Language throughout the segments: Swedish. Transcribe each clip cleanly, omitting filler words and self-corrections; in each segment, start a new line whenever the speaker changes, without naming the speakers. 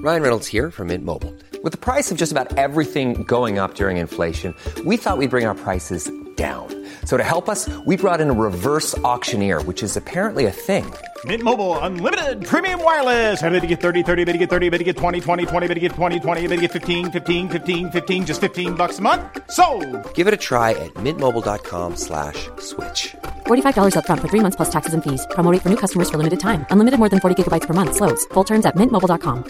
Ryan Reynolds here from Mint Mobile. With the price of just about everything going up during inflation, we thought we'd bring our prices down. So to help us, we brought in a reverse auctioneer, which is apparently a thing.
Mint Mobile Unlimited Premium Wireless. How to get 30, 30, bit to get 30, bit to get 20, 20, 20, bit to get 20, 20, bit to get 15, 15, 15, 15, just $15 a month? Sold!
Give it a try at mintmobile.com/switch.
$45 up front for 3 months plus taxes and fees. Promo rate for new customers for limited time. Unlimited more than 40 gigabytes per month. Slows full terms at mintmobile.com.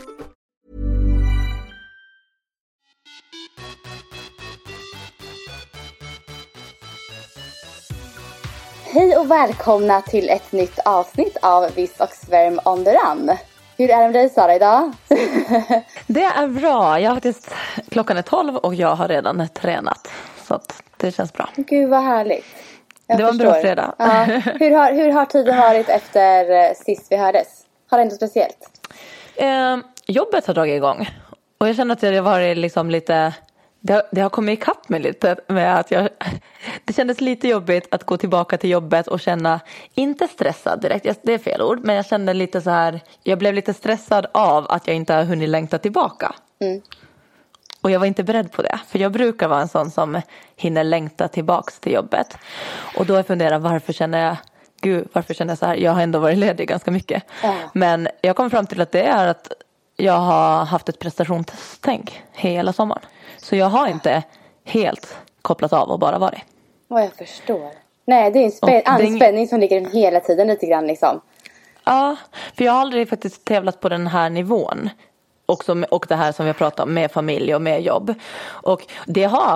Hej och välkomna till ett nytt avsnitt av Viss och Svärm on the run. Hur är det med dig, Sara, idag?
Det är bra. Klockan är 12 och jag har redan tränat. Så att det känns bra.
Gud vad härligt.
Det var en bra fredag.
Ja. Hur har tiden varit efter sist vi hördes? Har det inte speciellt?
Jobbet har dragit igång. Och jag känner att det har varit liksom lite... Det har kommit ikapp mig lite med att det kändes lite jobbigt att gå tillbaka till jobbet och känna, inte stressad direkt, det är fel ord, men jag kände lite så här, jag blev lite stressad av att jag inte har hunnit längta tillbaka. Mm. Och jag var inte beredd på det, för jag brukar vara en sån som hinner längta tillbaks till jobbet. Och då har jag funderat, varför känner jag så här? Jag har ändå varit ledig ganska mycket. Men jag kom fram till att det är att jag har haft ett prestationstänk hela sommaren. Så jag har inte helt kopplat av och bara varit.
Vad jag förstår. Nej, det är en anspänning som ligger hela tiden lite grann liksom.
Ja, för jag har aldrig faktiskt tävlat på den här nivån. Och det här som vi har pratat om med familj och med jobb. Och det har,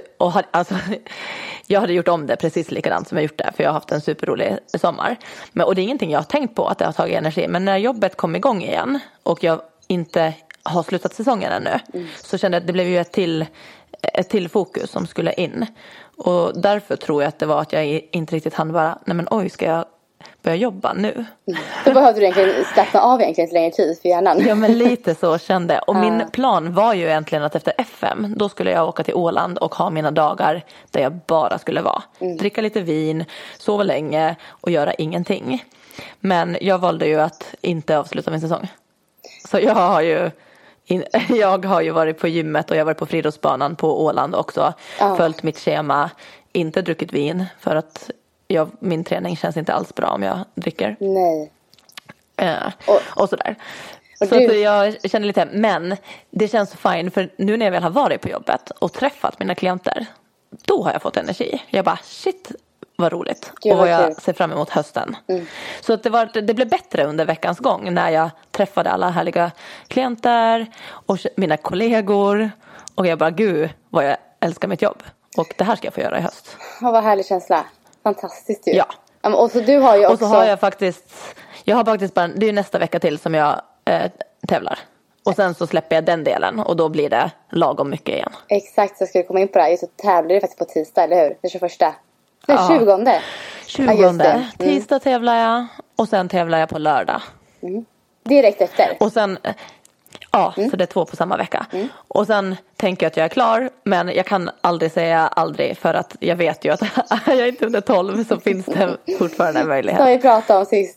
jag hade gjort om det precis likadant som jag gjort det. För jag har haft en superrolig sommar. Och det är ingenting jag har tänkt på att det har tagit energi. Men när jobbet kom igång igen och jag inte har slutat säsongen ännu. Så kände jag att det blev ju ett till fokus som skulle in. Och därför tror jag att det var att jag inte riktigt hann bara, ska jag börja jobba nu?
Då behövde du egentligen slappna av egentligen längre tid för hjärnan.
Ja, men lite så kände. Och min plan var ju egentligen att efter FM, då skulle jag åka till Åland och ha mina dagar där jag bara skulle vara. Dricka lite vin, sova länge och göra ingenting. Men jag valde ju att inte avsluta min säsong. Så jag har ju varit på gymmet och jag har varit på friidrottsbanan på Åland också. Följt mitt schema, inte druckit vin för att min träning känns inte alls bra om jag dricker.
Nej.
Och sådär. Så jag känner lite, men det känns fine för nu när jag väl har varit på jobbet och träffat mina klienter, då har jag fått energi. Jag bara, shit, vad roligt. Och vad jag ser fram emot hösten. Så att det blev bättre under veckans gång när jag träffade alla härliga klienter och mina kollegor. Och jag bara, gud vad jag älskar mitt jobb. Och det här ska jag få göra i höst.
Vad härlig känsla. Fantastiskt ju.
Ja.
Och så du har ju också...
Och så har jag har faktiskt bara, det är nästa vecka till som jag tävlar. Och sen så släpper jag den delen och då blir det lagom mycket igen.
Exakt, så ska vi komma in på det här. Just så tävlar du faktiskt på tisdag, eller hur? Den 21. Den 20.
20. Tisdag tävlar jag och sen tävlar jag på lördag.
Direkt efter.
Och sen, så det är 2 på samma vecka. Och sen tänker jag att jag är klar, men jag kan aldrig säga aldrig för att jag vet ju att jag är inte under 12 så finns det fortfarande en möjlighet.
Som vi pratade om sist.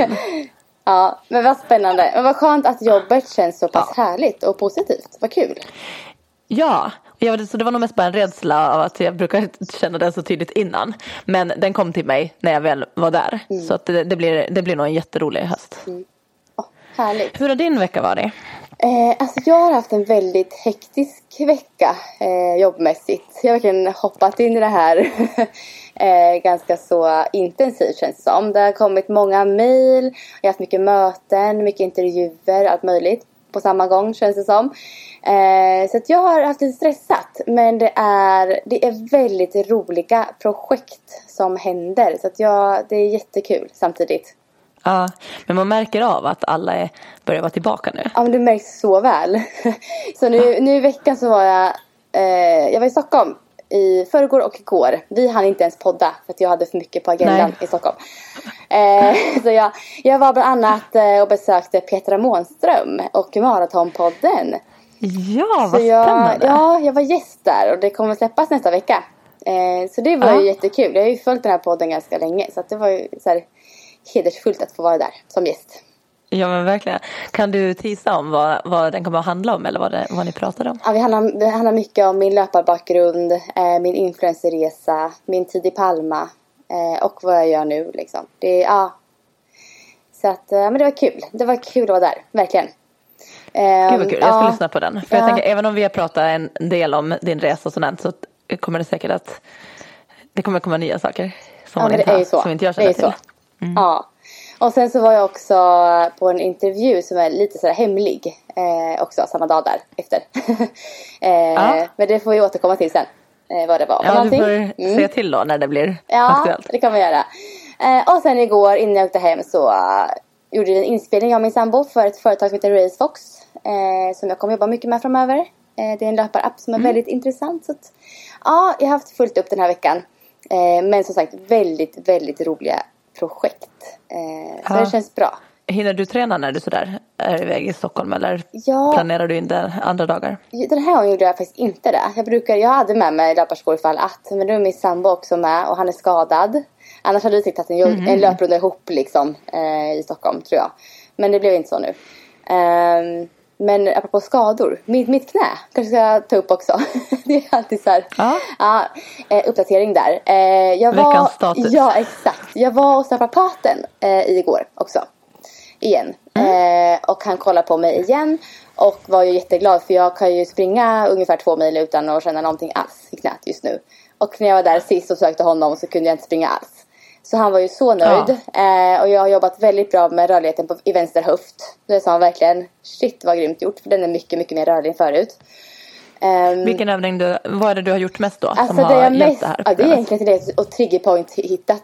Ja, men vad spännande. Men vad skönt att jobbet känns så pass härligt och positivt. Vad kul.
Ja, så det var nog mest bara en rädsla av att jag brukar känna det så tydligt innan. Men den kom till mig när jag väl var där. Så att det blir nog en jätterolig höst.
Härligt.
Hur har din vecka varit?
Jag har haft en väldigt hektisk vecka jobbmässigt. Jag har verkligen hoppat in i det här ganska så intensivt känns det som. Det har kommit många mejl, jag har haft mycket möten, mycket intervjuer, allt möjligt på samma gång känns det som. Så att jag har haft lite stressat, men det är väldigt roliga projekt som händer. Så att det är jättekul samtidigt.
Ja, men man märker av att alla börjar vara tillbaka nu.
Ja, men det märks så väl. Så nu i veckan så var jag var i Stockholm i förrgår och igår. Vi hann inte ens podda för att jag hade för mycket på agendan i Stockholm. Så jag var bland annat och besökte Petra Månström och Maratonpodden.
Ja, vad spännande.
Jag var gäst där och det kommer att släppas nästa vecka. Så det var ju jättekul. Jag har ju följt den här podden ganska länge, så att det var ju så här hedersfullt att få vara där som gäst.
Ja, men verkligen. Kan du tisa om vad den kommer att handla om eller vad ni pratar om?
Ja, det handlar mycket om min löparbakgrund, min influencerresa, min tid i Palma och vad jag gör nu liksom. Så att, men det var kul. Det var kul att vara där, verkligen.
Gud vad kul, jag ska lyssna på den. För jag tänker, även om vi har pratat en del om din resa och sånt, så kommer det säkert att det kommer komma nya saker som man inte har, som inte jag känner till.
Ja. Och sen så var jag också på en intervju som är lite sådär hemlig också samma dag där efter. Men det får vi återkomma till sen. Vad det var.
Ja, du får se till då när det blir aktuellt.
Ja, det kan vi göra. Och sen igår innan jag åkte hem så gjorde jag en inspelning av min sambo för ett företag som heter RaceFox. Som jag kommer jobba mycket med framöver. Det är en löparapp som är väldigt intressant. Så att, jag har haft fullt upp den här veckan. Men som sagt, väldigt, väldigt roliga projekt. Så det känns bra.
Hinner du träna när du sådär är iväg i Stockholm eller planerar du inte andra dagar? Den
här gången gjorde jag faktiskt inte det. Jag hade med mig löparskor ifall men nu är min sambo också med och han är skadad. Annars hade vi tittat en löprunda ihop liksom, i Stockholm tror jag. Men det blev inte så nu. Men apropå skador, mitt knä kanske ska jag ta upp också. Det är alltid så här. Uppdatering där.
Veckans status.
Ja, exakt. Jag var hos naprapaten igår också. Igen. Och han kollade på mig igen. Och var ju jätteglad för jag kan ju springa ungefär 2 mil utan att känna någonting alls i knät just nu. Och när jag var där sist och sökte honom så kunde jag inte springa alls. Så han var ju så nöjd. Och jag har jobbat väldigt bra med rörligheten i vänster höft. Det sa han verkligen, shit vad grymt gjort. För den är mycket, mycket mer rörlig än förut.
Vilken övning vad är det du har gjort mest då?
Alltså
som
det
har
jag
hjälpt det här?
det är egentligen det och triggerpoint hittat.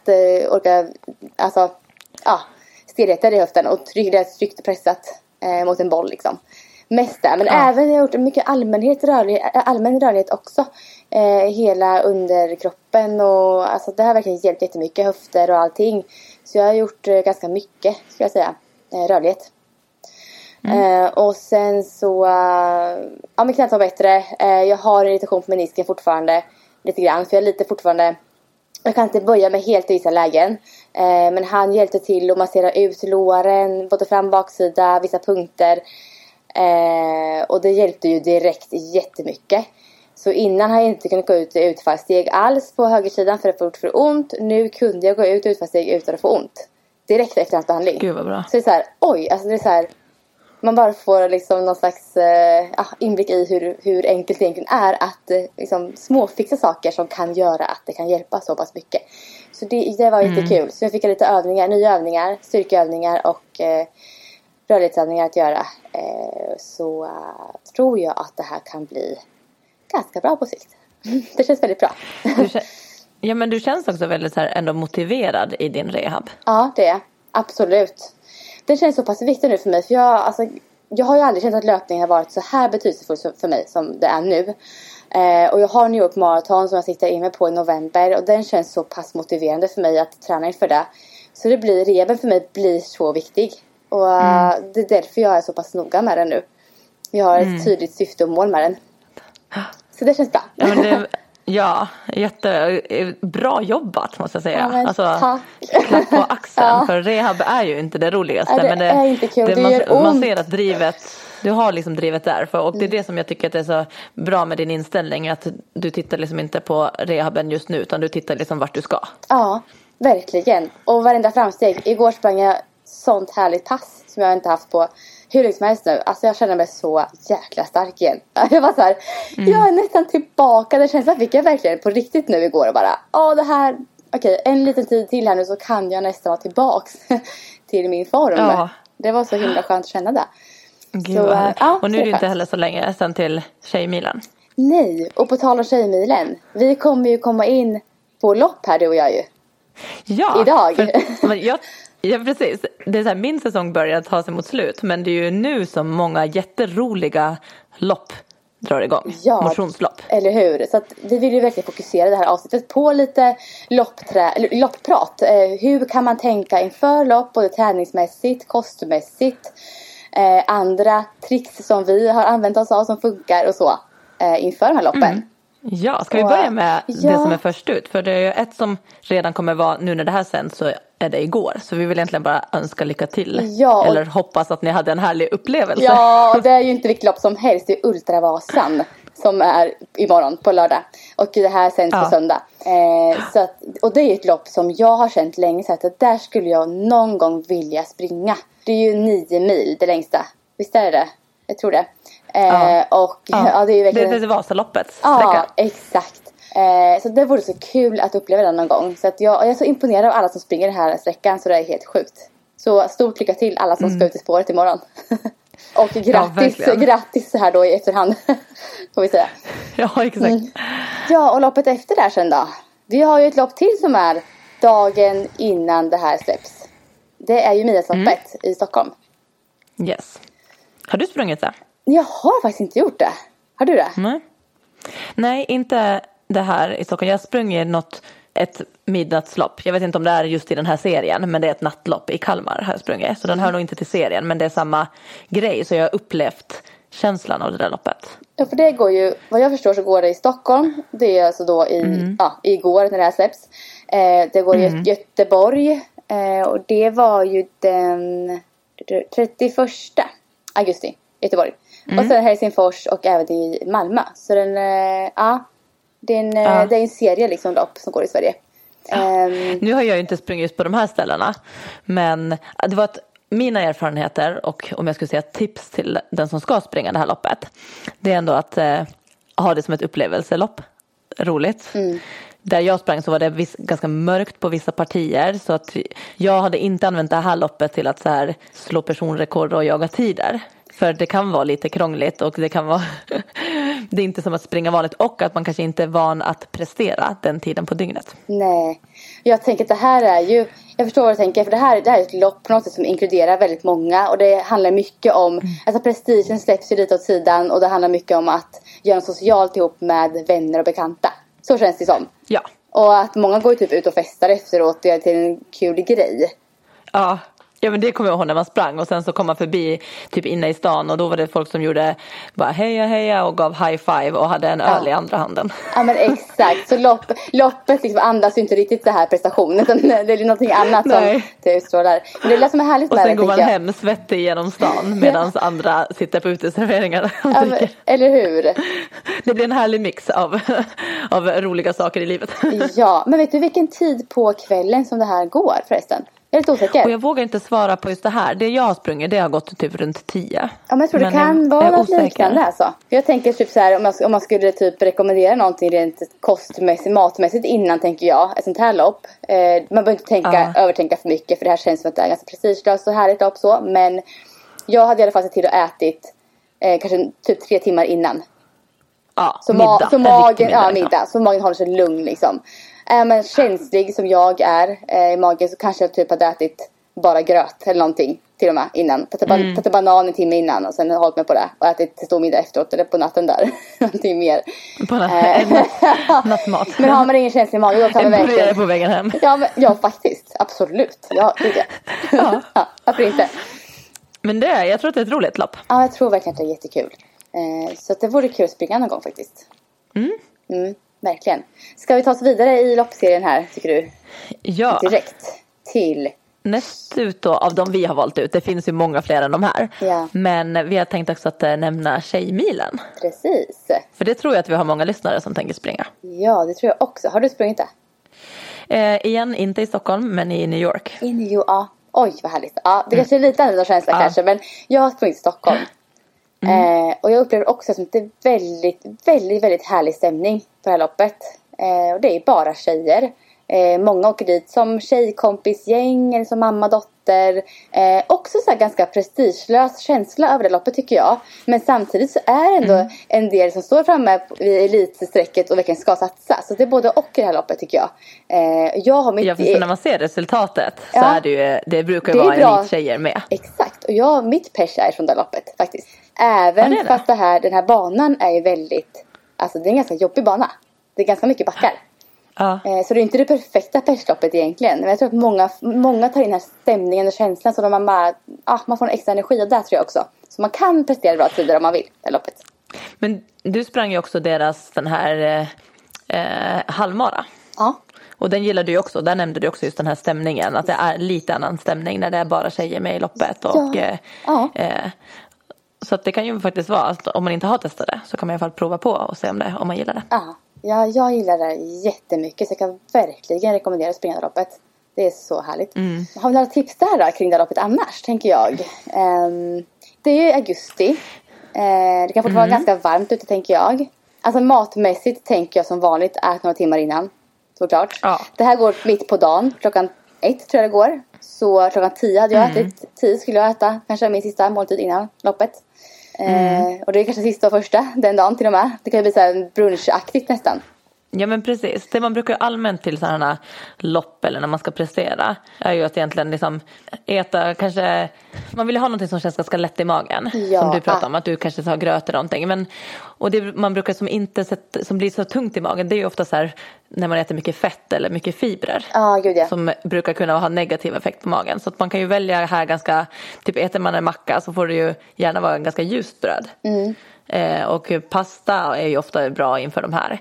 Stelheter i höften och tryckt och pressat mot en boll liksom. Mest där, men även jag har gjort mycket allmän rörlighet också. Hela underkroppen och alltså det har verkligen hjälpt jättemycket, höfter och allting. Så jag har gjort ganska mycket, ska jag säga, rörlighet. Och sen så min knät var bättre. Jag har en irritation på menisken fortfarande lite grann, för jag är lite fortfarande, jag kan inte böja mig helt i vissa lägen. Men han hjälpte till att massera ut låren, både fram och baksida, vissa punkter. Och det hjälpte ju direkt jättemycket. Så innan har jag inte kunnat gå ut i utfallssteg alls på högersidan för att få för ont. Nu kunde jag gå ut i utfallssteg utan att få ont. Direkt efter hans behandling.
Gud vad bra.
Så det är så här, alltså det är så här, man bara får liksom någon slags inblick i hur enkelt det egentligen är att liksom småfixa saker som kan göra att det kan hjälpa så pass mycket. Så det var jättekul. Så jag fick lite nya övningar, styrkeövningar och rörlighetsövningar att göra. Så tror jag att det här kan bli ganska bra på sikt. Det känns väldigt bra.
Men du känns också väldigt så här ändå motiverad i din rehab. Ja,
det är absolut. Det känns så pass viktigt nu för mig. För jag har ju aldrig känt att löpning har varit så här betydelsefull för mig som det är nu. Och jag har New York Marathon som jag sitter inne på i november. Och den känns så pass motiverande för mig att träna inför det. Så rehaben för mig blir så viktig. Och det är därför jag är så pass noga med den nu. Jag har ett tydligt syfte och mål med den. Så det känns bra.
Jättebra jobbat måste jag säga.
Ja,
alltså, klapp på axeln. För rehab är ju inte det roligaste.
Det är inte kul.
Man ser att du har liksom drivet där. Och det är det som jag tycker att det är så bra med din inställning. Att du tittar liksom inte på rehaben just nu. Utan du tittar liksom vart du ska. Ja,
verkligen. Och varenda framsteg. Igår sprang jag sånt härligt pass som jag inte haft på hur länge som helst nu. Alltså jag känner mig så jäkla stark igen. Jag var så här, jag är nästan tillbaka. Det känns att fick jag verkligen på riktigt nu igår och bara, det här, okej, en liten tid till här nu så kan jag nästan vara tillbaks till min form. Ja. Det var så himla skönt att känna det.
Gud, och nu är det inte heller så länge sen till Tjejmilen.
Nej, och på tal om Tjejmilen, vi kommer ju komma in på lopp här du och jag ju.
Ja,
idag.
Ja, precis. Det är så här, min säsong börjar ta sig mot slut. Men det är ju nu som många jätteroliga lopp drar igång. Ja, motionslopp.
Eller hur? Så att vi vill ju verkligen fokusera det här avsnittet på lite loppprat. Hur kan man tänka inför lopp, både träningsmässigt, kostmässigt. Andra tricks som vi har använt oss av som funkar och så inför de här loppen.
Ja, ska vi börja med det som är först ut? För det är ju ett som redan kommer vara, nu när det här sänds så det igår. Så vi vill egentligen bara önska lycka till.
Ja.
Eller hoppas att ni hade en härlig upplevelse.
Ja, det är ju inte vilket lopp som helst. Det är Ultravasan som är imorgon på lördag. Och det här sänds på söndag. Så att, och det är ett lopp som jag har känt länge så att där skulle jag någon gång vilja springa. Det är ju 9 mil det längsta. Visst är det? Jag tror det. Och ja, det är ju verkligen...
Det är Vasaloppets
sträcka.
Ja,
exakt. Så det vore så kul att uppleva den någon gång. Så att jag är så imponerad av alla som springer den här sträckan. Så det är helt sjukt. Så stort lycka till alla som ska ut i spåret imorgon. Och grattis så här då i efterhand. Får vi säga.
Ja, exakt.
Ja, och loppet efter där sen då. Vi har ju ett lopp till som är dagen innan det här släpps. Det är ju Midnattsloppet i Stockholm.
Yes. Har du sprungit det?
Jag har faktiskt inte gjort det. Har du det?
Nej, inte det här i Stockholm. Jag sprang ett midnattslopp. Jag vet inte om det är just i den här serien, men det är ett nattlopp i Kalmar har jag sprungit. Så den hör nog inte till serien, men det är samma grej. Så jag har upplevt känslan av det där loppet.
Ja, för det går ju, vad jag förstår så går det i Stockholm. Det är alltså då igår när det här släpps. Det går i Göteborg. Och det var ju den 31 augusti, Göteborg. Och sen Helsingfors och även i Malmö. Så den, det är en serie liksom lopp som går i Sverige.
Nu har jag ju inte sprungit på de här ställena. Men det var mina erfarenheter och om jag skulle säga tips till den som ska springa det här loppet. Det är ändå att ha det som ett upplevelselopp. Roligt. Där jag sprang så var det ganska mörkt på vissa partier. Så att jag hade inte använt det här loppet till att så här slå personrekord och jaga tider. För det kan vara lite krångligt och det kan vara det är inte som att springa vanligt och att man kanske inte är van att prestera den tiden på dygnet.
Nej, jag tänker att det här är ju, jag förstår vad du tänker, för det här är ett lopp på något sätt som inkluderar väldigt många och det handlar mycket om, alltså prestigen släpps ju lite åt sidan och det handlar mycket om att göra något socialt ihop med vänner och bekanta. Så känns det som.
Ja.
Och att många går typ ut och festar efteråt och gör till en kul grej.
Ja. Ja, men det kommer jag ihåg när man sprang och sen så kom man förbi typ inne i stan och då var det folk som gjorde bara heja och gav high five och hade en öl i andra handen.
Ja, men exakt. Så loppet liksom andas ju inte riktigt så här prestation utan det är någonting annat som det utstrålar. Men det är det som är härligt med det.
Och sen går man hem svettig genom stan medan andra sitter på uteserveringar.
Ja, men, eller hur?
Det blir en härlig mix av roliga saker i livet.
Ja, men vet du vilken tid på kvällen som det här går förresten? Jag är lite osäker.
Och jag vågar inte svara på just det här. Det jag har sprungit, det har gått typ runt 10.
Ja, men jag tror det kan vara något liknande alltså. För jag tänker typ så här, om man skulle typ rekommendera någonting rent matmässigt innan, tänker jag. Ett sånt här lopp. Man behöver inte övertänka för mycket, för det här känns som att det är ganska prestigelöst och härligt lopp så. Men jag hade i alla fall sett till att ätit kanske typ 3 timmar innan.
Ja,
så
middag.
Middag. Så magen håller sig lugn liksom. Är man känslig som jag är i magen så kanske jag typ hade ätit bara gröt eller någonting till och med innan. Tagit banan en timme innan och sen hållit mig på det. Och ätit stor middag efteråt eller på natten där. Någonting mer.
På nattmat.
Men har man ingen känslig mage då tar man verkligen
på vägen hem.
Ja, faktiskt. Absolut. Ja, ja. Varför inte?
Men jag tror att det är ett roligt lopp.
Ja, jag tror verkligen att det är jättekul. Så att det vore kul att springa någon gång faktiskt. Verkligen. Ska vi ta oss vidare i loppserien här, tycker du?
Ja.
Direkt till...
Näst ut då, av de vi har valt ut. Det finns ju många fler än de här. Ja. Men vi har tänkt också att nämna Tjejmilen.
Precis.
För det tror jag att vi har många lyssnare som tänker springa.
Ja, det tror jag också. Har du sprungit det?
Igen, inte i Stockholm, men i New York.
I New York, ja. Oj, vad härligt. Ja, det kanske är lite annorlunda känsla kanske. Men jag har sprungit i Stockholm. Och jag upplever också att det är väldigt, väldigt, väldigt härlig stämning på det här loppet. Och det är bara tjejer. Många åker dit som tjejkompisgäng eller som mamma, dotter. Också så här ganska prestigelös känsla över det loppet tycker jag. Men samtidigt så är det ändå en del som står framme vid elitsträcket och verkligen ska satsa. Så det är både och i det här loppet tycker jag. Jag har mitt
för när man ser resultatet så är det ju, det brukar ju vara elittjejer med.
Exakt, och mitt pers är från det loppet faktiskt. Även fast den här banan är ju väldigt, alltså det är en ganska jobbig bana. Det är ganska mycket backar. Så det är inte det perfekta persloppet egentligen. Men jag tror att många tar in den här stämningen och känslan. Så de man får en extra energi. Och där tror jag också. Så man kan prestera bra tider om man vill det loppet. Men
du sprang ju också den här halvmara.
Ja.
Och den gillade du också. Där nämnde du också just den här stämningen. Att det är lite annan stämning när det är bara tjejer med i loppet. Och, så att det kan ju faktiskt vara att om man inte har testat det så kan man i alla fall prova på och se om man gillar det.
Ja, jag gillar det jättemycket. Så jag kan verkligen rekommendera att springa det loppet. Det är så härligt. Har vi några tips där då kring det loppet annars, tänker jag? Det är ju augusti. Det kan fortfarande vara ganska varmt ute, tänker jag. Alltså matmässigt tänker jag som vanligt ät några timmar innan. Såklart. Ja. Det här går mitt på dagen. Klockan 1 tror jag det går. Så klockan 10 hade jag ätit. 10 skulle jag äta. Kanske min sista måltid innan loppet. Och det är kanske sista och första den dagen till och med. Det kan bli så här brunchaktigt nästan.
Ja, men precis. Det man brukar allmänt till sådana lopp eller när man ska prestera är ju att egentligen liksom äta kanske, man vill ha någonting som känns ganska lätt i magen. Ja, som du pratar om, att du kanske tar gröt eller någonting. Och det man brukar som blir så tungt i magen, det är ju ofta så här när man äter mycket fett eller mycket fibrer. Som brukar kunna ha negativ effekt på magen. Så att man kan ju välja här ganska, typ äter man en macka så får det ju gärna vara en ganska ljust bröd. Och pasta är ju ofta bra inför de här.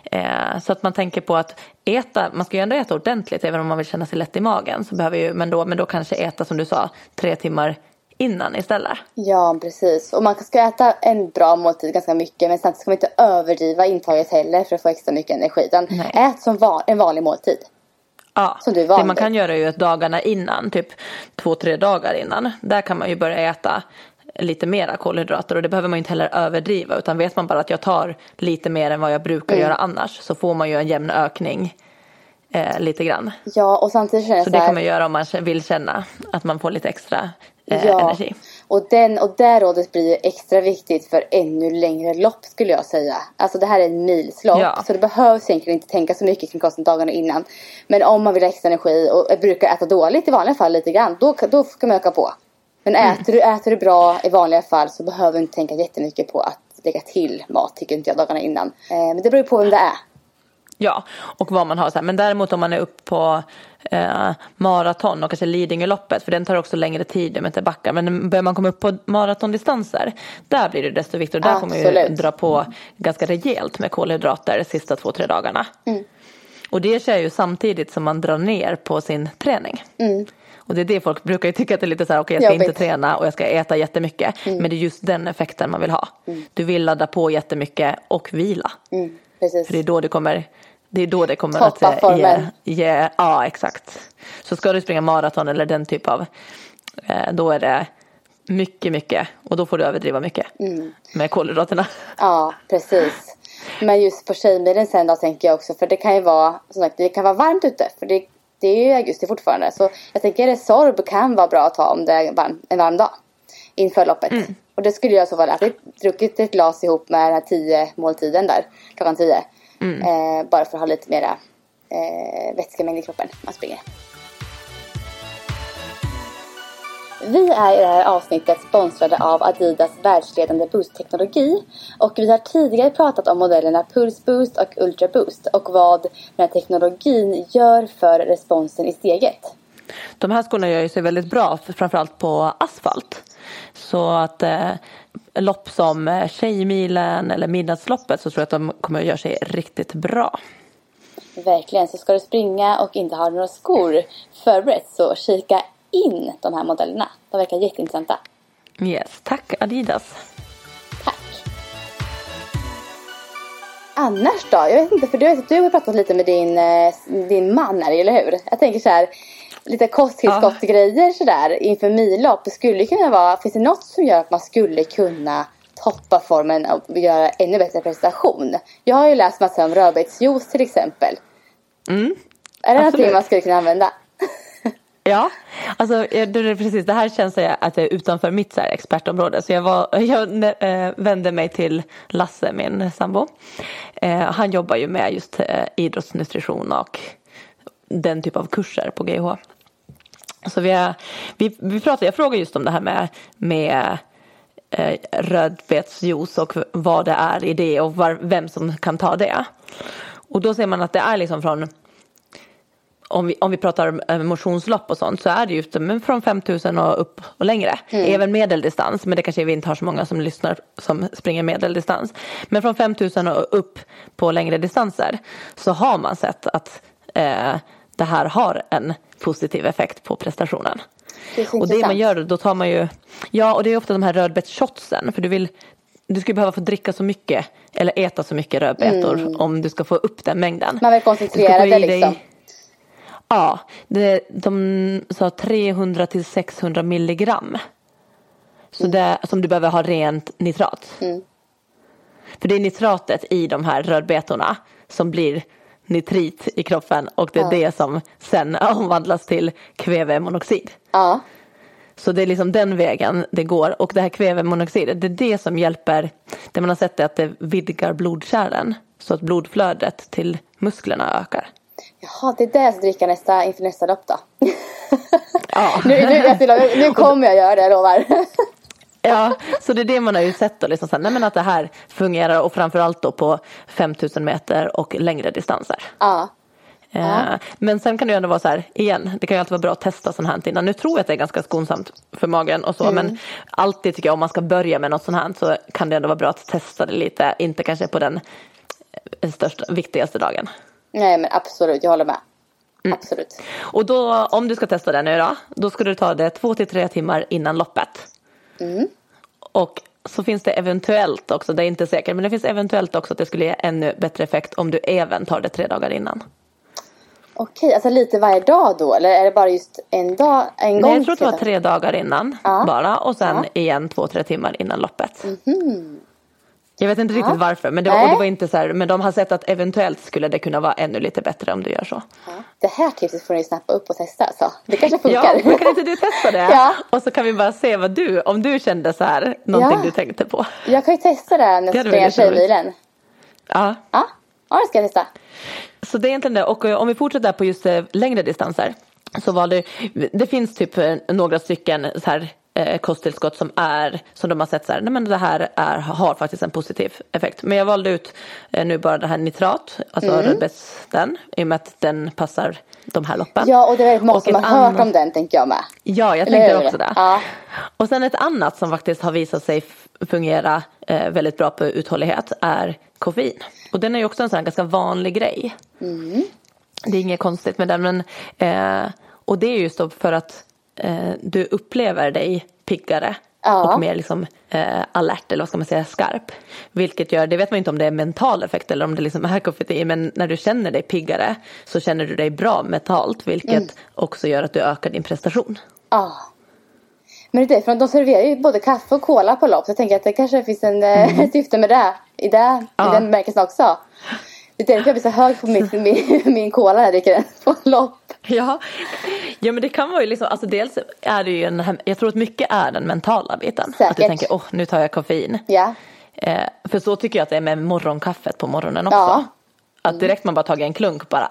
Så att man tänker på att man ska ju ändå äta ordentligt även om man vill känna sig lätt i magen. Så behöver ju, men då kanske äta som du sa 3 timmar innan istället. Ja, precis. Och man ska äta en bra måltid ganska mycket. Men samtidigt ska man inte överdriva intaget heller för att få extra mycket energi. Utan ät som en vanlig måltid. Ja, som du är van. Det man kan göra är ju att dagarna innan, typ 2-3 dagar innan, där kan man ju börja äta lite mera kolhydrater, och det behöver man inte heller överdriva, utan vet man bara att jag tar lite mer än vad jag brukar göra annars, så får man ju en jämn ökning lite grann. Ja, och samtidigt känner jag så det kan man göra om man vill känna att man får lite extra energi. Och det rådet blir ju extra viktigt för ännu längre lopp, skulle jag säga. Alltså det här är en milslopp, så det behövs egentligen inte tänka så mycket kring kosten dagarna innan. Men om man vill ha extra energi och brukar äta dåligt i vanliga fall lite grann, då ska man öka på. Men äter du bra i vanliga fall så behöver du inte tänka jättemycket på att lägga till mat, tycker inte jag, dagarna innan. Men det beror ju på vem det är. Ja, och vad man har så här. Men däremot om man är upp på maraton och kanske Lidingöloppet, för den tar också längre tid om inte backar. Men börjar man komma upp på maratondistanser, där blir det desto viktigare. Där får man ju dra på ganska rejält med kolhydrater de sista 2-3 dagarna. Och det sker ju samtidigt som man drar ner på sin träning. Och det är det folk brukar ju tycka, att det är lite så här, okej, jag ska inte träna och jag ska äta jättemycket. Men det är just den effekten man vill ha. Du vill ladda på jättemycket och vila. Precis. För det är då det kommer toppa att formen. Ja, exakt. Så ska du springa maraton eller den typ av, då är det mycket. Och då får du överdriva mycket med kolhydraterna. Ja, precis. Men just på tjejmilen sen då tänker jag också, för det kan ju vara, som sagt, det kan vara varmt ute, för det är ju augusti fortfarande. Så jag tänker att Resorb kan vara bra att ta om det är en varm dag inför loppet. Och det skulle jag så vara druckit ett glas ihop med den här 10 måltiden där, klockan 10. Bara för att ha lite mera vätskemängd i kroppen när man springer. Vi är i det här avsnittet sponsrade av Adidas världsledande boostteknologi. Och vi har tidigare pratat om modellerna Pulse Boost och Ultra Boost och vad den här teknologin gör för responsen i steget. De här skorna gör ju sig väldigt bra, framförallt på asfalt. Så att lopp som Tjejmilen eller Midnattsloppet, så tror jag att de kommer att göra sig riktigt bra. Verkligen, så ska du springa och inte ha några skor förberett, så kika in de här modellerna. De verkar jätteintressanta. Yes, tack Adidas. Tack. Annars då? Jag vet inte, för du har pratat lite med din man här, eller hur? Jag tänker så här, lite kosttillskottsgrejer sådär inför millopp. Det skulle kunna vara, finns det något som gör att man skulle kunna toppa formen och göra ännu bättre prestation? Jag har ju läst massa om rödbetsjuice till exempel. Är det någonting man skulle kunna använda? Ja, alltså precis, det här känns att det är utanför mitt så här expertområde. Så jag vände mig till Lasse, min sambo. Han jobbar ju med just idrottsnutrition och den typ av kurser på GH. Så vi pratade, jag frågade just om det här med rödbetsjuice och vad det är i det och vem som kan ta det. Och då ser man att det är liksom från, om vi pratar motionslopp och sånt, så är det ju från 5000 och upp och längre. Även medeldistans, men det kanske vi inte har så många som lyssnar som springer medeldistans. Men från 5000 och upp på längre distanser så har man sett att det här har en positiv effekt på prestationen.
Och
det man gör då tar man ju, och det är ofta de här rödbetsshotsen, för du ska behöva få dricka så mycket eller äta så mycket rödbetor om du ska få upp den mängden.
Man vill koncentrera det liksom.
Ja, de sa 300 till 600 milligram. Så det som du behöver ha rent nitrat. För det är nitratet i de här rödbetorna som blir nitrit i kroppen, och det är det som sen omvandlas till kvävemonoxid.
Ja.
Så det är liksom den vägen det går, och det här kvävemonoxidet, det är det som hjälper. Det man har sett är att det vidgar blodkärlen så att blodflödet till musklerna ökar.
Jaha, det är det jag ska dricka inför nästa lopp då.
Ja.
Nu kommer jag göra det, jag lovar.
Ja, så det är det man har ju sett då, liksom, nej, men att det här fungerar, och framförallt då på 5000 meter och längre distanser.
Ja.
Men sen kan det ju ändå vara så här, igen, det kan ju alltid vara bra att testa sånt här innan. Nu tror jag att det är ganska skonsamt för magen och så, men alltid tycker jag, om man ska börja med något sånt här, så kan det ändå vara bra att testa det lite, inte kanske på den viktigaste dagen.
Nej, men absolut, jag håller med. Absolut.
Och då, om du ska testa det nu då ska du ta det 2-3 timmar innan loppet. Och så finns det eventuellt också, det är inte säkert, men det finns eventuellt också att det skulle ge ännu bättre effekt om du även tar det 3 dagar innan.
Okej, alltså lite varje dag då? Eller är det bara just en gång?
Nej, jag tror att det var 3 dagar innan bara, och sen igen 2-3 timmar innan loppet. Jag vet inte riktigt varför, men det var inte så här, men de har sett att eventuellt skulle det kunna vara ännu lite bättre om du gör så.
Ja. Det här tipset får ni snappa upp och testa, alltså. Det kanske funkar.
Ja, men kan inte du testa det? Och så kan vi bara se om du kände så här, någonting du tänkte på.
Jag kan ju testa det när jag springer Tjejmilen.
Ja,
det ska jag testa.
Så det är egentligen det, och om vi fortsätter på just längre distanser, så var det finns typ några stycken så här kosttillskott som de har sett så här, nej men det här har faktiskt en positiv effekt. Men jag valde ut nu bara det här nitrat, alltså rödbetsen, i och med att den passar de här loppen.
Ja, och det är väldigt många som har hört om den, tänker jag med.
Ja, jag tänkte också det. Ja. Och sen ett annat som faktiskt har visat sig fungera väldigt bra på uthållighet är koffein. Och den är ju också en sån här ganska vanlig grej. Det är inget konstigt med den, men och det är just då för att du upplever dig piggare och mer liksom alert, eller vad ska man säga, skarp. Vilket gör, det vet man inte om det är mental effekt eller om det liksom är koffein, men när du känner dig piggare så känner du dig bra mentalt, vilket också gör att du ökar din prestation.
Ja. Men det är för att de serverar ju både kaffe och cola på lopp, så jag tänker att det kanske finns en syfte med det i den märkelsen också. Det är därför jag blir så hög på min cola när jag dricker den på lopp.
Ja, men det kan vara ju liksom, alltså dels är det ju jag tror att mycket är den mentala biten.
Säkert.
Att du tänker, nu tar jag koffein.
Ja.
För så tycker jag att det är med morgonkaffet på morgonen också. Ja. Att direkt man bara tagit en klunk, bara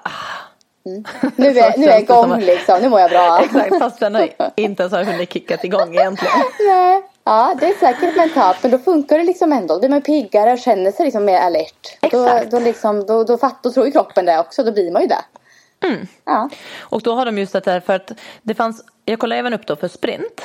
Nu är jag igång liksom, nu mår jag bra.
Exakt, fast den inte ens har hunnit kickat igång egentligen.
Nej. Ja, det är säkert mentalt, men då funkar det liksom ändå. Då blir man piggare och känner sig liksom mer alert.
Exakt.
Då tror ju kroppen det också, då blir man ju det. Ja.
Och då har de just det här, för att det fanns, jag kollade även upp då för sprint.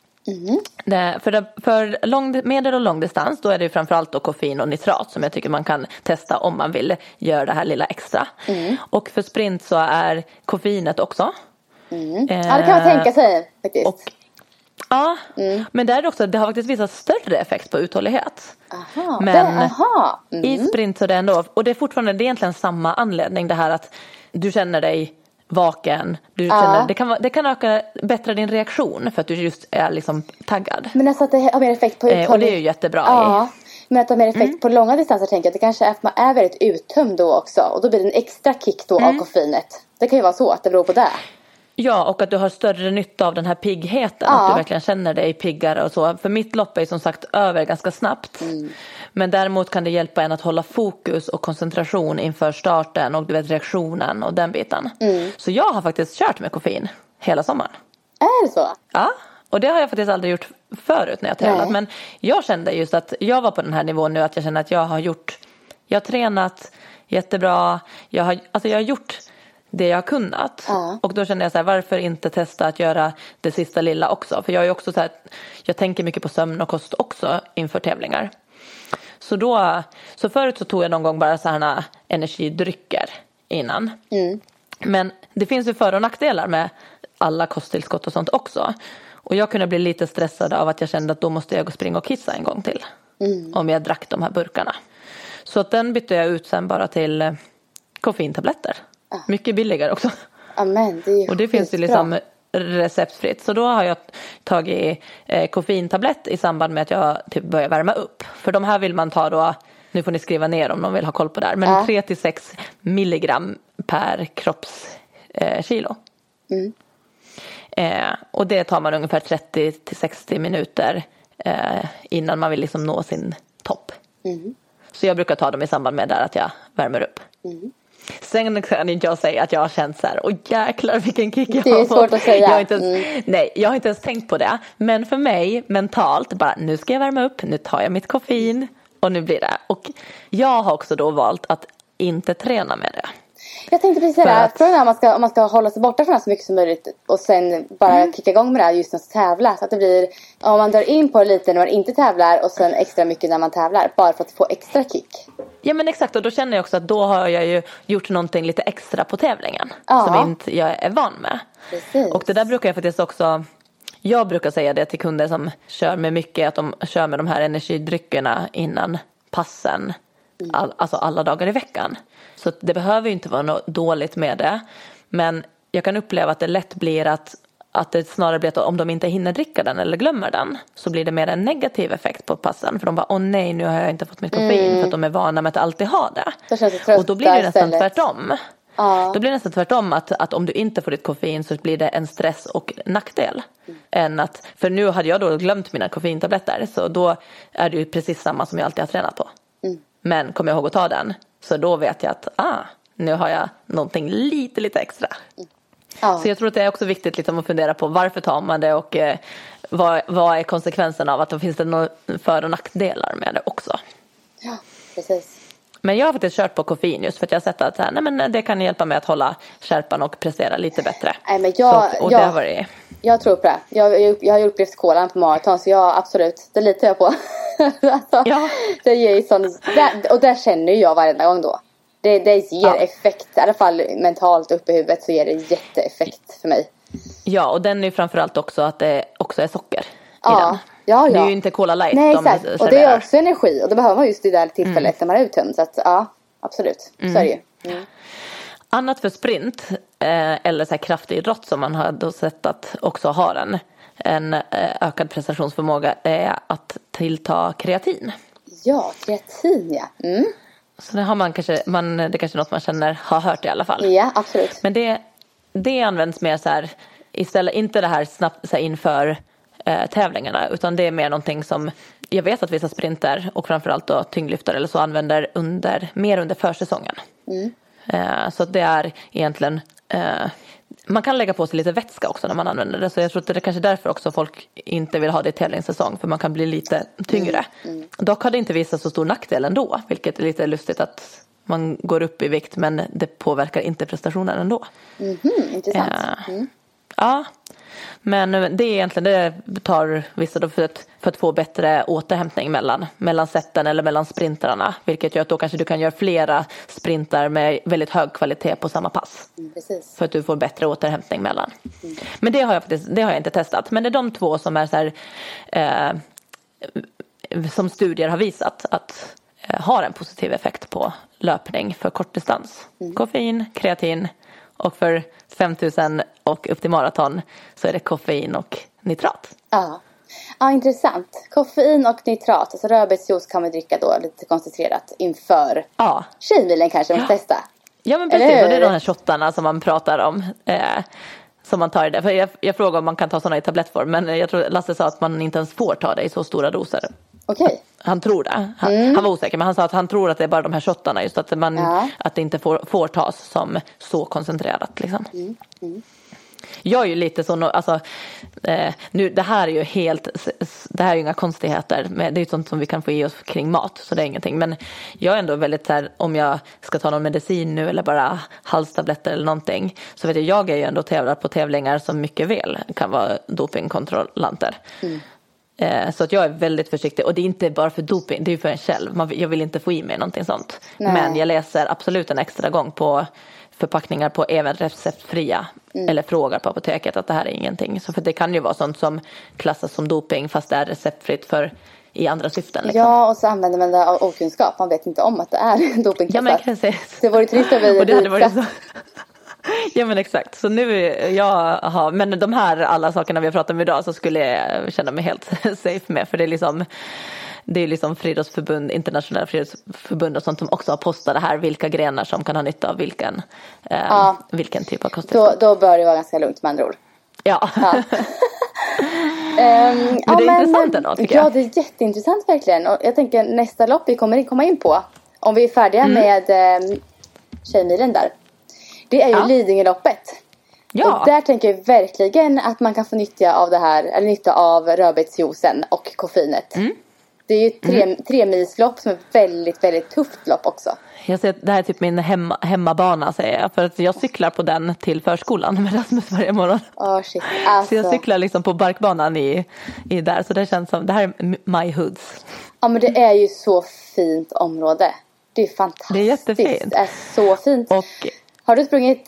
För medel- och långdistans, då är det ju framförallt då koffein och nitrat som jag tycker man kan testa om man vill göra det här lilla extra. Och för sprint så är koffeinet också.
Ja, det kan man tänka sig faktiskt.
Men där är det också, det har faktiskt visat större effekt på uthållighet. I sprint så är det ändå, och det är fortfarande, det är egentligen samma anledning, det här att du känner dig vaken, du känner, det kan öka bättre din reaktion för att du just är liksom taggad.
Men alltså att det har mer effekt på uthållighet.
Och det är ju jättebra.
Men att det har mer effekt på långa distanser, tänker jag, att det kanske är att man är väldigt uttömd då också, och då blir det en extra kick då av koffeinet. Det kan ju vara så att det beror på det. Ja,
och att du har större nytta av den här piggheten. Att du verkligen känner dig piggare och så. För mitt lopp är som sagt över ganska snabbt. Men däremot kan det hjälpa en att hålla fokus och koncentration inför starten. Och du vet, reaktionen och den biten. Så jag har faktiskt kört med koffein hela sommaren.
Är det så?
Ja, och det har jag faktiskt aldrig gjort förut när jag tävlat. Men jag kände just att jag var på den här nivån nu. Att jag känner att jag har tränat jättebra. Jag har gjort det jag har kunnat. Och då kände jag så här, varför inte testa att göra det sista lilla också? För jag är ju också så här, jag tänker mycket på sömn och kost också inför tävlingar. Så förut så tog jag någon gång bara så här energidrycker innan. Men det finns ju för- och nackdelar med alla kosttillskott och sånt också. Och jag kunde bli lite stressad av att jag kände att då måste jag gå springa och kissa en gång till. Om jag drack de här burkarna. Så att den bytte jag ut sen bara till koffeintabletter. Mycket billigare också.
Amen, det är
och det finns ju liksom receptfritt. Så då har jag tagit koffeintablett i samband med att jag typ börjar värma upp. För de här vill man ta då, nu får ni skriva ner om någon vill ha koll på det här. Men 3-6 milligram per kroppskilo. Och det tar man ungefär 30-60 minuter innan man vill liksom nå sin topp. Så jag brukar ta dem i samband med där att jag värmer upp. Sen kan inte jag säga att jag har känt så här, åh jäklar vilken kick jag har.
Det är svårt att säga.
Jag har inte ens tänkt på det. Men för mig mentalt, bara nu ska jag värma upp, nu tar jag mitt koffein och nu blir det. Och jag har också då valt att inte träna med det.
Jag tänkte precis säga, frågan är om man ska hålla sig borta från det så mycket som möjligt och sen bara kicka igång med det här just när man ska tävla. Så att det blir, om man drar in på det lite när man inte tävlar och sen extra mycket när man tävlar, bara för att få extra kick.
Ja men exakt, och då känner jag också att då har jag ju gjort någonting lite extra på tävlingen som inte jag är van med.
Precis.
Och det där brukar jag faktiskt också, jag brukar säga det till kunder som kör med mycket, att de kör med de här energidryckerna innan passen. Alltså alla dagar i veckan. Så det behöver ju inte vara något dåligt med det. Men jag kan uppleva att det lätt blir att det snarare blir att om de inte hinner dricka den eller glömmer den, så blir det mer en negativ effekt på passen. För de bara, åh nej, nu har jag inte fått mitt koffein. För att de är vana med att alltid ha det. Och då blir det nästan tvärtom. Då blir det nästan tvärtom att om du inte får ditt koffein så blir det en stress och nackdel. Än att, för nu hade jag då glömt mina koffeintabletter. Så då är det ju precis samma som jag alltid har tränat på. Men kommer jag ihåg att ta den, så då vet jag att nu har jag någonting lite extra. Så jag tror att det är också viktigt liksom att fundera på varför tar man det och vad är konsekvensen av att då finns det några för- och nackdelar med det också.
Ja, precis.
Men jag har faktiskt kört på koffein just för att jag har sett att nej, men det kan hjälpa mig att hålla skärpan och prestera lite bättre.
Nej, men jag tror på det. Jag har upplevt kolan på maraton, så jag absolut, det litar jag på. Alltså, det ger sån, och där känner jag varje gång då. Det ger effekt, i alla fall mentalt uppe i huvudet så ger det jätteeffekt för mig. Ja, och den är ju framförallt också att det också är socker i den. Ja. Det är ju inte Cola Light. Nej, exakt. Och det är också energi. Och det behöver man just i det här tillfället när man är uttömd. Så att, absolut. Så är det ju.
Annat för sprint eller så här kraftigidrott som man har då sett att också har en ökad prestationsförmåga är att tillta kreatin. Ja, kreatin, ja. Så det har man kanske, det kanske är något man känner, har hört i alla fall. Ja, absolut. Men det används mer så här, istället, inte det här snabbt så här inför tävlingarna, utan det är mer någonting som jag vet att vissa sprinter och framförallt då tyngdlyftare eller så använder mer under försäsongen. Så det är egentligen man kan lägga på sig lite vätska också när man använder det, så jag tror att det är kanske därför också folk inte vill ha det i tävlingssäsong, för man kan bli lite tyngre. Dock har det inte visat så stor nackdel ändå, vilket är lite lustigt att man går upp i vikt men det påverkar inte prestationen ändå. Intressant. Ja, men det är egentligen, det tar vissa då för att få bättre återhämtning mellan sätten eller mellan sprintrarna, vilket gör att då kanske du kan göra flera sprintar med väldigt hög kvalitet på samma pass. Precis. För att du får bättre återhämtning mellan. Men det har jag inte testat, men det är de två som är så här, som studier har visat att har en positiv effekt på löpning för kortdistans. Koffein, kreatin, och för 5000 och upp till maraton så är det koffein och nitrat. Ja, intressant. Koffein och nitrat. Alltså rödbetsjuice kan man dricka då lite koncentrerat inför tjejmilen kanske man testa. Ja, men precis. Och det är de här shottarna som man pratar om. Som man tar i det. För jag frågar om man kan ta sådana i tablettform. Men jag tror Lasse sa att man inte ens får ta det i så stora doser. Okej. Han tror det. Han var osäker, men han sa att han tror att det är bara de här shottarna. Just att att det inte får tas som så koncentrerat liksom. Jag är ju lite så, alltså, nu, det här är ju inga konstigheter, men det är ju sånt som vi kan få i oss kring mat, så det är ingenting. Men jag är ändå väldigt så här, om jag ska ta någon medicin nu eller bara halstabletter eller någonting, så vet jag är ju ändå tävlar på tävlingar som mycket väl kan vara dopingkontrollanter. Så att jag är väldigt försiktig, och det är inte bara för doping, det är ju för en själv. Jag vill inte få i mig någonting sånt. Nej. Men jag läser absolut en extra gång på förpackningar på även receptfria eller frågar på apoteket att det här är ingenting. Så för det kan ju vara sånt som klassas som doping fast det är receptfritt för i andra syften. Liksom.
Ja, och så använder man det av okunskap. Man vet inte om att det är dopingklassat.
Ja, men precis.
Det vore trist om vi
visat. Ja, men exakt. Så nu men de här alla sakerna vi har pratat om idag så skulle jag känna mig helt safe med. För det är liksom friidrottsförbund, internationella friidrottsförbund och sånt som också har postat det här. Vilka grenar som kan ha nytta av vilken typ av kosttillskott.
Då bör det vara ganska lugnt med andra ord.
Ja.
Men
det är intressant ändå, tycker jag.
Ja, det är jätteintressant verkligen. Och jag tänker nästa lopp vi kommer komma in på. Om vi är färdiga med Tjejmilen där. Det är ju Lidingöloppet. Ja. Och där tänker jag verkligen att man kan få nytta av det här. Eller nytta av rödbetsjuicen och koffeinet. Det är ju ett 3-milslopp som är väldigt, väldigt tufft lopp också.
Jag ser att det här är typ min hemmabana, säger jag. För att jag cyklar på den till förskolan med Rasmus varje morgon.
Shit. Alltså.
Så jag cyklar liksom på barkbanan i där. Så det känns som, det här är my hoods.
Ja, men det är ju så fint område. Det är fantastiskt. Det är
jättefint.
Det är så fint. Och har du sprungit...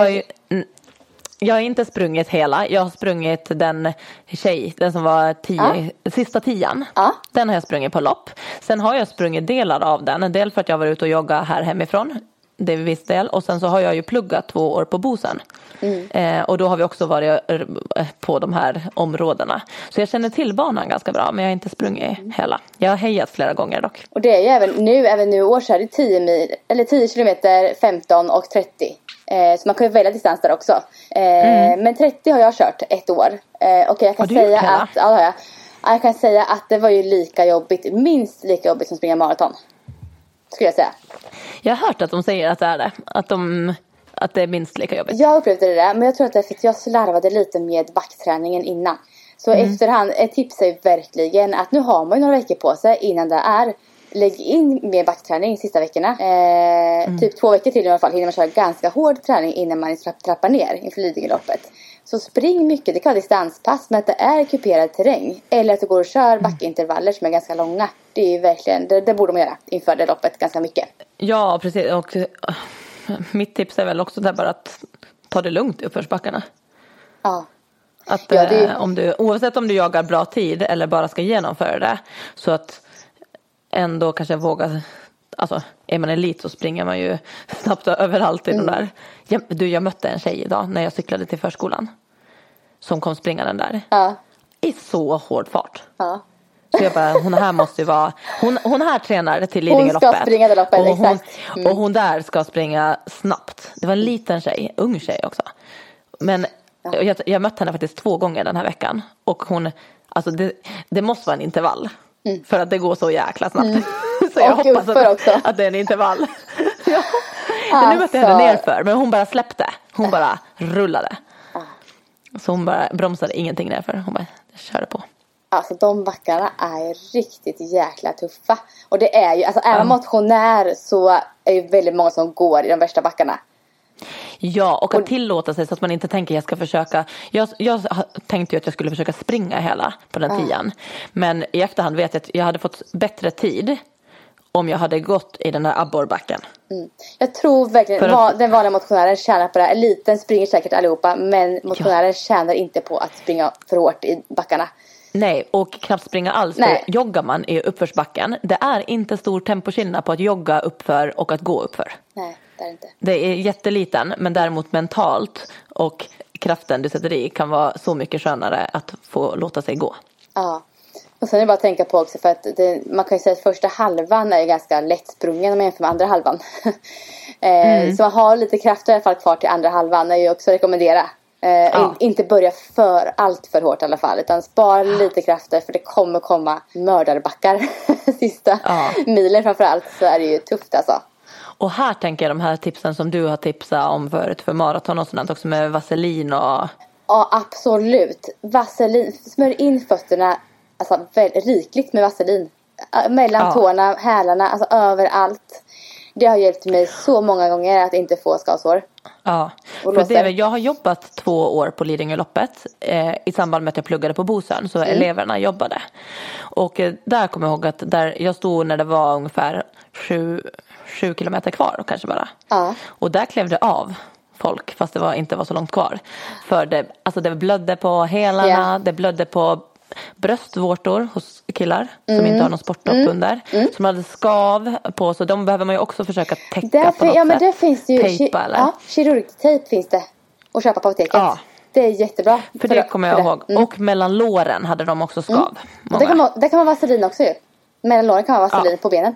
Jag har inte sprungit hela. Jag har sprungit den som var sista 10:an. Den har jag sprungit på lopp. Sen har jag sprungit delar av den. En del för att jag var ute och jogga här hemifrån. Det är viss del. Och sen så har jag ju pluggat 2 år på Bosen. Och då har vi också varit på de här områdena. Så jag känner till banan ganska bra. Men jag har inte sprungit hela. Jag har hejat flera gånger dock.
Och det är ju även nu i år så är det 10 mil. Eller 10 kilometer, 15 och 30. Så man kan ju välja distans där också. Men 30 har jag kört 1 år. Och jag kan säga att jag kan säga att det var ju lika jobbigt, minst lika jobbigt som springa maraton. Skulle jag säga. Jag
har hört att de säger att det är det. Att det är minst lika jobbigt.
Jag upplevde det där, men jag tror att det är för att jag slarvade lite med backträningen innan. Så efterhand tipsar jag verkligen att nu har man ju några veckor på sig innan det är. Lägg in mer backträning sista veckorna. Typ 2 veckor till i alla fall hinner man köra ganska hård träning innan man trappar ner inför Lidingöloppet. Så spring mycket, det kan vara distanspass, men att det är kuperad terräng. Eller att du går och kör backintervaller som är ganska långa. Det är ju verkligen, det borde man göra inför det loppet ganska mycket.
Ja, precis. Och mitt tips är väl också där bara att ta det lugnt i uppförsbackarna.
Ja.
Att oavsett om du jagar bra tid eller bara ska genomföra det, så att ändå kanske våga, alltså är man elit så springer man ju snabbt överallt i de där. Jag mötte en tjej idag när jag cyklade till förskolan som kom springa den där. I så hård fart. Så jag bara, hon här måste ju vara, hon här tränar till Lidingöloppet.
Hon ska springa det loppet, exakt.
Och hon där ska springa snabbt. Det var en liten tjej, ung tjej också. Men jag mötte henne faktiskt 2 gånger den här veckan. Och hon, alltså det måste vara en intervall. För att det går så jäkla snabbt. Så jag hoppas att det är en intervall. Men nu mötte jag henne nerför. Men hon bara släppte. Hon bara rullade. Så hon bara bromsade ingenting nerför. Hon bara körde på.
Alltså de backarna är riktigt jäkla tuffa. Och det är ju, alltså är man motionär så är ju väldigt många som går i de värsta backarna.
Ja, och att tillåta sig så att man inte tänker jag ska försöka. Jag tänkte ju att jag skulle försöka springa hela på den 10:an. Men i efterhand vet jag att jag hade fått bättre tid om jag hade gått i den här abborrbacken.
Jag tror verkligen den vanliga motionären tjänar på det här. Eliten springer säkert allihopa, men motionären tjänar inte på att springa för hårt i backarna.
Nej, och knappt springa alls. För joggar man i uppförsbacken, det är inte stor temposkillnad på att jogga uppför och att gå uppför.
Nej, det är inte.
Det är jätteliten, men däremot mentalt och kraften du sätter i kan vara så mycket skönare att få låta sig gå.
Ja, och sen är det bara att tänka på också för att man kan ju säga att första halvan är ganska lättsprungen om man jämför med andra halvan. Så man har lite krafter i alla fall kvar till andra halvan är ju också att rekommendera. Inte börja allt för hårt i alla fall, utan spara lite krafter för det kommer komma mördarbackar sista milen framförallt, så är det ju tufft alltså.
Och här tänker jag de här tipsen som du har tipsat om förut för maraton och sånt också med vaselin och...
Ja, absolut. Vaselin, smör in fötterna alltså rikligt med vaselin. Mellan tårna, hälarna, alltså överallt. Det har hjälpt mig så många gånger att inte få skavsår.
Ja, För jag har jobbat 2 år på Lidingöloppet i samband med att jag pluggade på Bosön, så eleverna jobbade. Och där kommer jag ihåg att där jag stod när det var ungefär 7 kilometer kvar kanske bara. Och där klev det av folk, fast det inte var så långt kvar. För det blödde på hälarna, det blödde på bröstvårtor hos killar som inte har någon sporttopp under. Som hade skav på, så de behöver man ju också försöka täcka på något sätt.
Men det finns ju
tejpa, eller?
Ja, kirurgtejp finns det att köpa på apoteket.
Ja.
Det är jättebra.
För det kommer jag ihåg. Och mellan låren hade de också skav.
Det kan vara vaselin också ju. Mellan låren kan man vaselin på benen.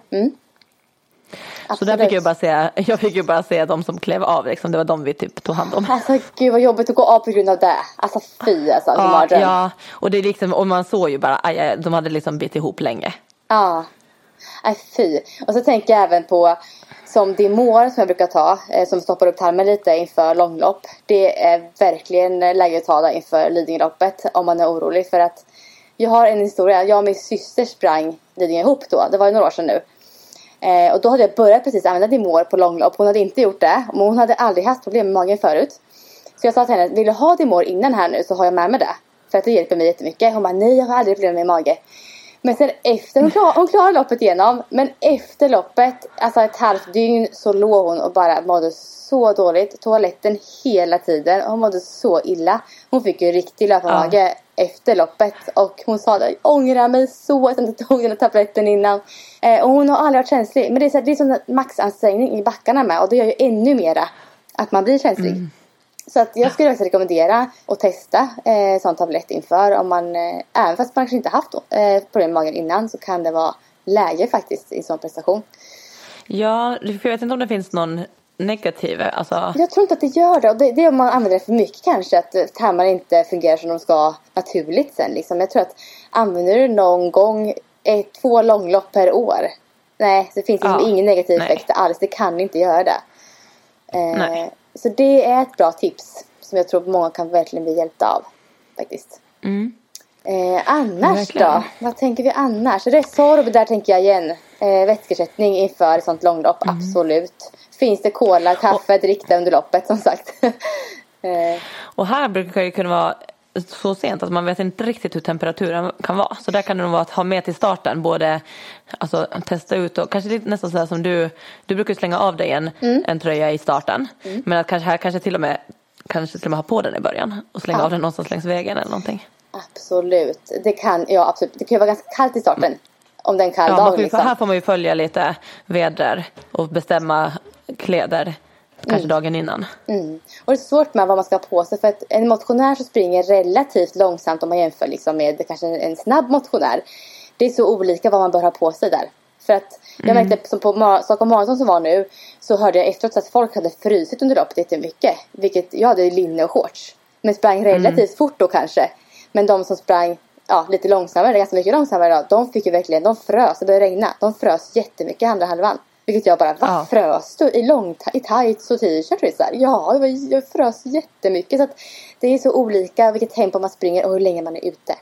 Så där fick jag bara se de som klev av liksom. Det var de vi typ tog hand om.
Alltså gud vad jobbigt att gå av på grund av det. Alltså fy alltså.
Ja, och det är liksom, och man såg ju bara de hade liksom bitit ihop länge.
Ja. Fy. Och så tänker jag även på som Dimor som jag brukar ta, som stoppar upp tarmen lite inför långlopp. Det är verkligen läge att ta det inför Lidingöloppet om man är orolig, för att jag har en historia. Jag och min syster sprang Lidingö ihop då. Det var ju några år sedan nu. Och då hade jag börjat precis använda Dimor på långlopp. Hon hade inte gjort det. Men hon hade aldrig haft problem med magen förut. Så jag sa till henne, vill du ha Dimor innan här nu så har jag med mig det. För att det hjälper mig jättemycket. Hon bara, nej jag har aldrig problem med mage. Men sen efter, hon klarade loppet igenom. Men efter loppet, alltså ett halvt dygn, så låg hon och bara mådde så dåligt. Toaletten hela tiden. Hon mådde så illa. Hon fick ju riktigt löparmage efter loppet. Och hon sa det, jag ångrar mig så att jag inte tog den här tabletten innan. Och hon har aldrig varit känslig. Men det är sån maxansträngning i backarna med. Och det gör ju ännu mera att man blir känslig. Så att jag skulle faktiskt rekommendera att testa sån tablett inför. Om man, även fast man kanske inte haft problem med magen innan, så kan det vara läge faktiskt i en sån prestation.
Ja, för jag vet inte om det finns någon negativ. Alltså... Jag
tror inte att det gör det. Och det är om man använder det för mycket kanske. Att tarmarna inte fungerar som de ska naturligt sen. Liksom. Jag tror att använder du någon gång 2 långlopp per år. Nej, det finns liksom ingen negativ effekt alls. Det kan inte göra det. Så det är ett bra tips som jag tror många kan verkligen bli hjälpta av faktiskt. Annars då? Vad tänker vi annars? Resorb, där tänker jag igen. Vätskesättning inför ett sånt långlopp, absolut. Finns det cola, kaffe, drick det under loppet som sagt.
Och här brukar det kunna vara så sent att man vet inte riktigt hur temperaturen kan vara. Så där kan det nog vara att ha med till starten. Både alltså, testa ut och kanske nästan så här som du brukar slänga av dig en tröja i starten. Men att kanske till och med ha på den i början och slänga av den någonstans längs vägen eller någonting.
Absolut. Det kan ju vara ganska kallt i starten. Om den kall dag liksom.
Här får man ju följa lite väder och bestämma kläder kanske dagen innan. Och det är svårt med vad man ska ha på sig. För att en motionär som springer relativt långsamt om man jämför liksom med kanske en snabb motionär. Det är så olika vad man bör ha på sig där. För att jag märkte som på Stockholm Marathon som var nu, så hörde jag efteråt att folk hade frusit under loppet jättemycket. Vilket jag hade linne och shorts. Men sprang relativt fort då kanske. Men de som sprang lite långsammare, ganska mycket långsammare då, de fick ju verkligen, de frös, det började regna. De frös jättemycket andra halvan. Vilket jag bara, frös du i tights och t-shirt? Ja, jag frös jättemycket. Så att det är så olika vilket tempo man springer och hur länge man är ute.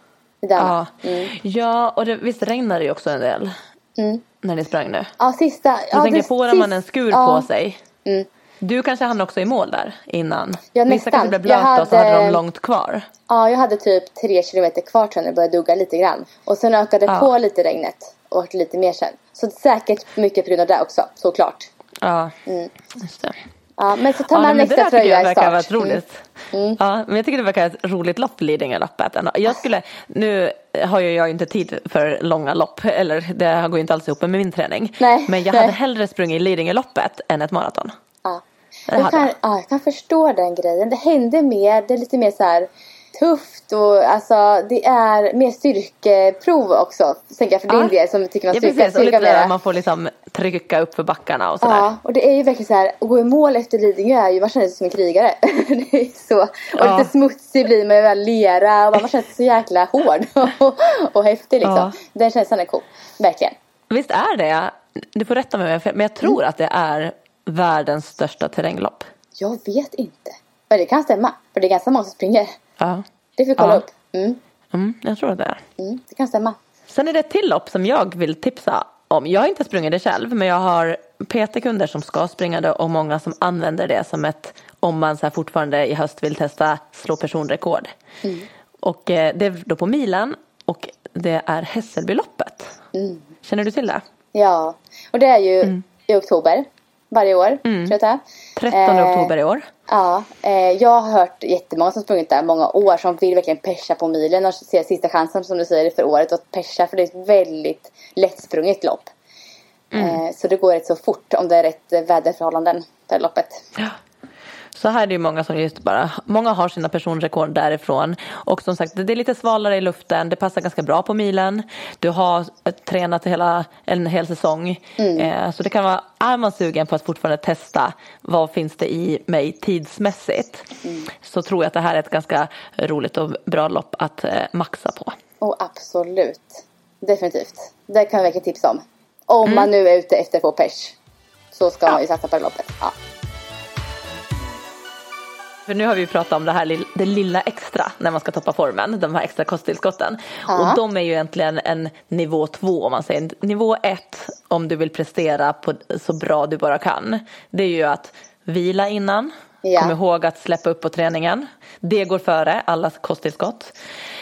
Ja, och visst regnar det ju också en del när ni sprang nu.
Ja, sista.
Jag tänker på när man en skur på sig. Du kanske hann också i mål där innan.
Ja,
vissa kanske blev blöta och så hade de långt kvar. Ja,
jag hade typ 3 kilometer kvar när det började dugga lite grann. Och sen ökade på lite regnet och var lite mer sen. Så säkert mycket på grund av det också, såklart.
Ja, just det.
Ja, men så tar man extra tröja i start.
Roligt. Ja, men jag tycker det verkar ett roligt lopp, Lidingöloppet. Nu har jag inte tid för långa lopp, eller det går ju inte alls ihop med min träning. Men jag hade hellre sprungit Lidingöloppet än ett maraton.
Jag kan förstå den grejen. Det händer mer, det är lite mer så här tufft och alltså det är mer styrkeprov också. Tänker jag för din del som tycker man styrka
man får liksom trycka upp för backarna och sådär. Ja,
och det är ju verkligen så här, att gå i mål efter Lidingö är ju, man känner sig som en krigare. Det är så. Och lite smutsig blir man ju väl, lera och man känner sig så jäkla hård och häftig liksom. Den känslan är cool, verkligen.
Visst är det. Du får rätta mig, men jag tror att det är världens största terränglopp.
Jag vet inte. Men det kan stämma. För det är ganska många som springer.
Ja.
Det får vi kolla upp.
Jag tror att det är.
Det kan stämma.
Sen är det ett till lopp som jag vill tipsa om. Jag har inte sprungit det själv. Men jag har PT-kunder som ska springa det. Och många som använder det som ett om man så här fortfarande i höst vill testa slå personrekord. Och det är då på milen och det är Hässelbyloppet. Känner du till det?
Ja, och det är ju i oktober varje år, tror jag det är.
13 oktober i år.
Ja, jag har hört jättemånga som sprungit där många år som vill verkligen pescha på milen och se sista chansen som du säger för året att pescha, för det är ett väldigt lättsprunget lopp. Så det går rätt så fort om det är rätt väderförhållanden för loppet.
Ja. Så här är det ju många som just bara, många har sina personrekord därifrån. Och som sagt, det är lite svalare i luften. Det passar ganska bra på milen. Du har tränat en hel säsong. Så det kan vara, är man sugen på att fortfarande testa vad finns det i mig tidsmässigt. Så tror jag att det här är ett ganska roligt och bra lopp att maxa på.
Absolut. Definitivt. Det kan jag verkligen tipsa om. Om man nu är ute efter att få pers, så ska man ju satsa på det loppet. Ja.
För nu har vi pratat om det lilla extra när man ska toppa formen, de här extra kosttillskotten. Och de är ju egentligen en nivå 2 om man säger. Nivå 1 om du vill prestera på så bra du bara kan. Det är ju att vila innan. Kom ihåg att släppa upp på träningen. Det går före alla kosttillskott.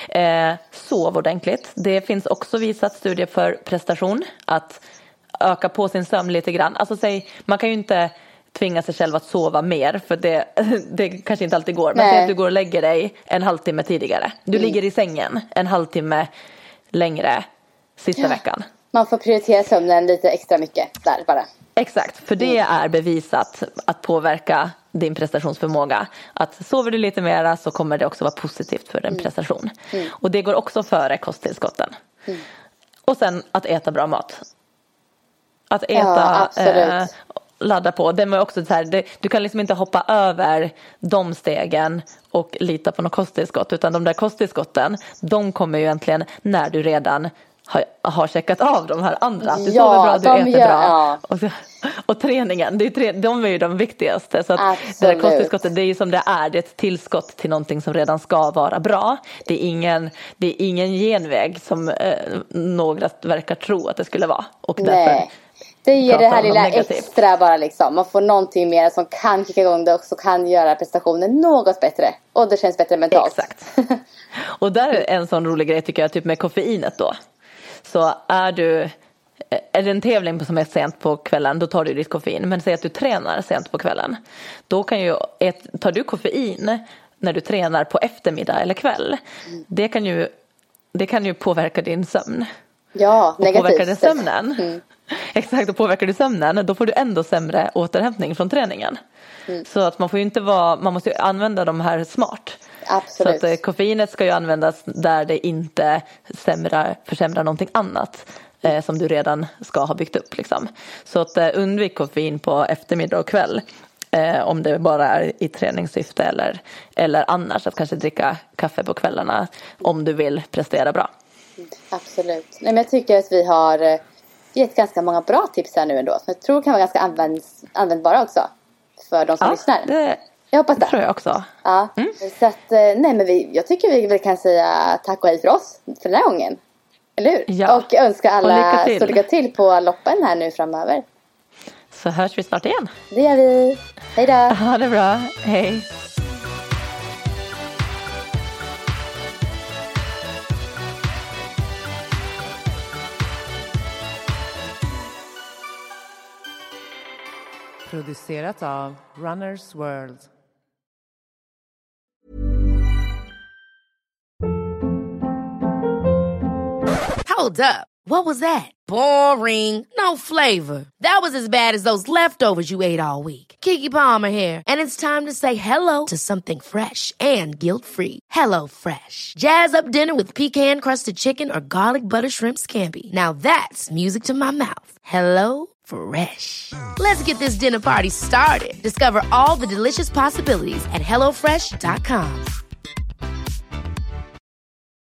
Sov ordentligt. Det finns också visat studier för prestation. Att öka på sin sömn lite grann. Alltså man kan ju inte tvinga sig själv att sova mer, för det kanske inte alltid går. Men säg att du går och lägger dig en halvtimme tidigare. Du ligger i sängen en halvtimme längre sista veckan. Man
får prioritera sömnen lite extra mycket där bara.
Exakt, för det är bevisat att påverka din prestationsförmåga. Att sover du lite mera så kommer det också vara positivt för din prestation. Och det går också före kosttillskotten. Och sen att äta bra mat. Att äta, ladda på. Det är också så här, du kan liksom inte hoppa över de stegen och lita på något kosttillskott, utan de där kosttillskotten, de kommer ju egentligen när du redan har checkat av de här andra. Du sover bra, du äter bra. Och träningen, de är ju de viktigaste. Så att det där kosttillskottet, det är ju som det är ett tillskott till någonting som redan ska vara bra. Det är ingen genväg som några verkar tro att det skulle vara. Och därför
det ger det här lilla extra bara liksom. Man får någonting mer som kan kicka igång det och så kan göra prestationen något bättre. Och det känns bättre mentalt.
Exakt. Och där är en sån rolig grej tycker jag, typ med koffeinet då. Så är det en tävling som är sent på kvällen, då tar du ditt koffein. Men säg att du tränar sent på kvällen. Då tar du koffein när du tränar på eftermiddag eller kväll. Det kan ju påverka din sömn.
Ja,
negativt. Och påverkar det sömnen. Exakt, och påverkar du sömnen, då får du ändå sämre återhämtning från träningen. Så att man måste ju använda de här smart.
Absolut.
Så att koffeinet ska ju användas där det inte försämrar någonting annat som du redan ska ha byggt upp liksom. Så att undvik koffein på eftermiddag och kväll om det bara är i träningssyfte eller annars, att kanske dricka kaffe på kvällarna om du vill prestera bra.
Absolut. Nej, men jag tycker att vi har gett ganska många bra tips här nu ändå, som jag tror kan vara ganska användbara också för de som lyssnar. Jag hoppas det.
Tror jag också.
Ja. Så att, jag tycker vi väl kan säga tack och hej för oss för den här gången. Eller hur?
Ja.
Och önska alla så lycka till på loppen här nu framöver.
Så hörs vi snart igen.
Det gör vi. Hej då.
Ha det bra. Hej.
Producerat av Runners World.
Hold up. What was that? Boring. No flavor. That was as bad as those leftovers you ate all week. Keke Palmer here. And it's time to say hello to something fresh and guilt-free. Hello Fresh. Jazz up dinner with pecan-crusted chicken or garlic butter shrimp scampi. Now that's music to my mouth. Hello Fresh. Let's get this dinner party started. Discover all the delicious possibilities at HelloFresh.com.